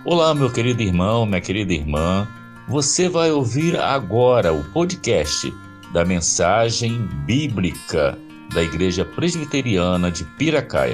Olá, meu querido irmão, minha querida irmã. Você vai ouvir agora o podcast da Mensagem Bíblica da Igreja Presbiteriana de Piracaia.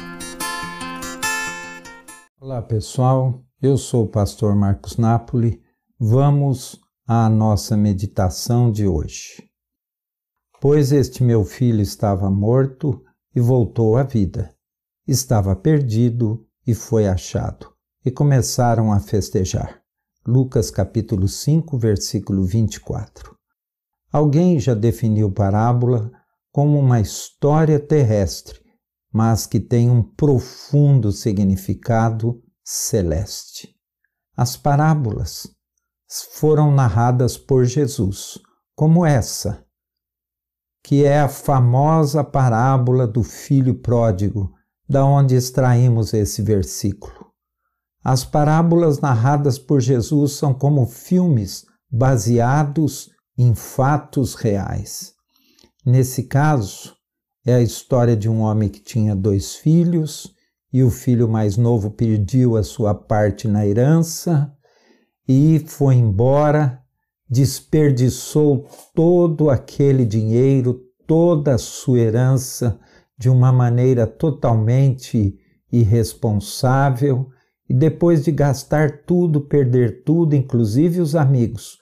Olá, pessoal. Eu sou o pastor Marcos Napoli. Vamos à nossa meditação de hoje. Pois este meu filho estava morto e voltou à vida. Estava perdido e foi achado. E começaram a festejar. Lucas capítulo 5, versículo 24. Alguém já definiu parábola como uma história terrestre, mas que tem um profundo significado celeste. As parábolas foram narradas por Jesus, como essa, que é a famosa parábola do filho pródigo, da onde extraímos esse versículo. As parábolas narradas por Jesus são como filmes baseados em fatos reais. Nesse caso, é a história de um homem que tinha 2 filhos e o filho mais novo perdeu a sua parte na herança e foi embora, desperdiçou todo aquele dinheiro, toda a sua herança de uma maneira totalmente irresponsável. E depois de gastar tudo, perder tudo, inclusive os amigos,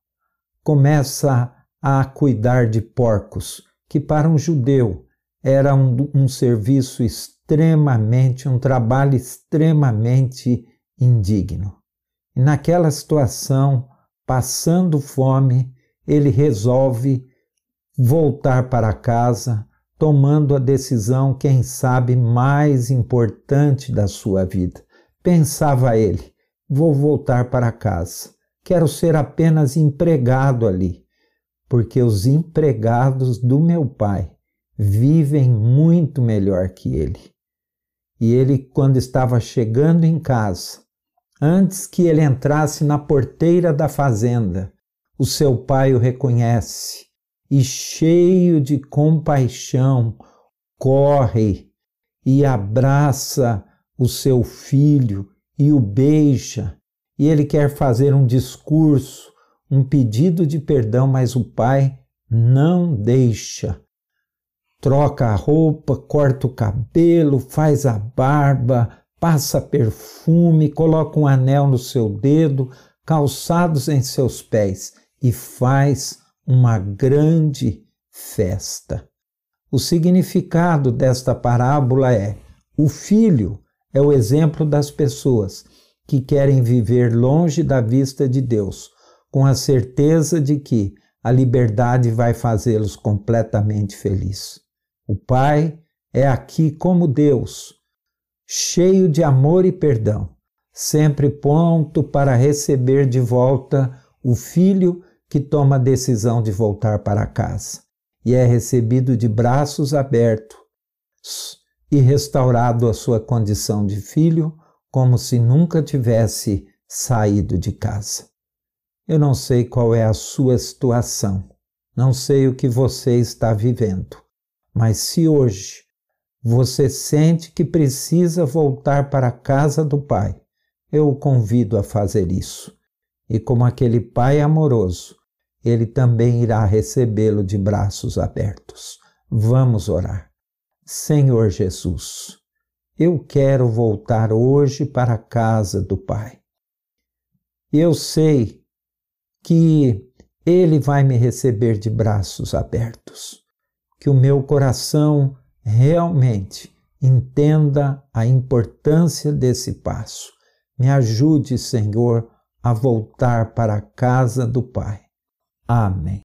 começa a cuidar de porcos, que para um judeu era um serviço extremamente, um trabalho extremamente indigno. E naquela situação, passando fome, ele resolve voltar para casa, tomando a decisão, quem sabe, mais importante da sua vida. Pensava ele, vou voltar para casa, quero ser apenas empregado ali, porque os empregados do meu pai vivem muito melhor que ele. E ele, quando estava chegando em casa, antes que ele entrasse na porteira da fazenda, o seu pai o reconhece e, cheio de compaixão, corre e abraça o seu filho e o beija, e ele quer fazer um discurso, um pedido de perdão, mas o pai não deixa. Troca a roupa, corta o cabelo, faz a barba, passa perfume, coloca um anel no seu dedo, calçados em seus pés e faz uma grande festa. O significado desta parábola é: o filho é o exemplo das pessoas que querem viver longe da vista de Deus, com a certeza de que a liberdade vai fazê-los completamente felizes. O pai é aqui como Deus, cheio de amor e perdão, sempre pronto para receber de volta o filho que toma a decisão de voltar para casa e é recebido de braços abertos e restaurado a sua condição de filho, como se nunca tivesse saído de casa. Eu não sei qual é a sua situação, não sei o que você está vivendo, mas se hoje você sente que precisa voltar para a casa do Pai, eu o convido a fazer isso. E como aquele Pai amoroso, Ele também irá recebê-lo de braços abertos. Vamos orar. Senhor Jesus, eu quero voltar hoje para a casa do Pai. Eu sei que Ele vai me receber de braços abertos, que o meu coração realmente entenda a importância desse passo. Me ajude, Senhor, a voltar para a casa do Pai. Amém.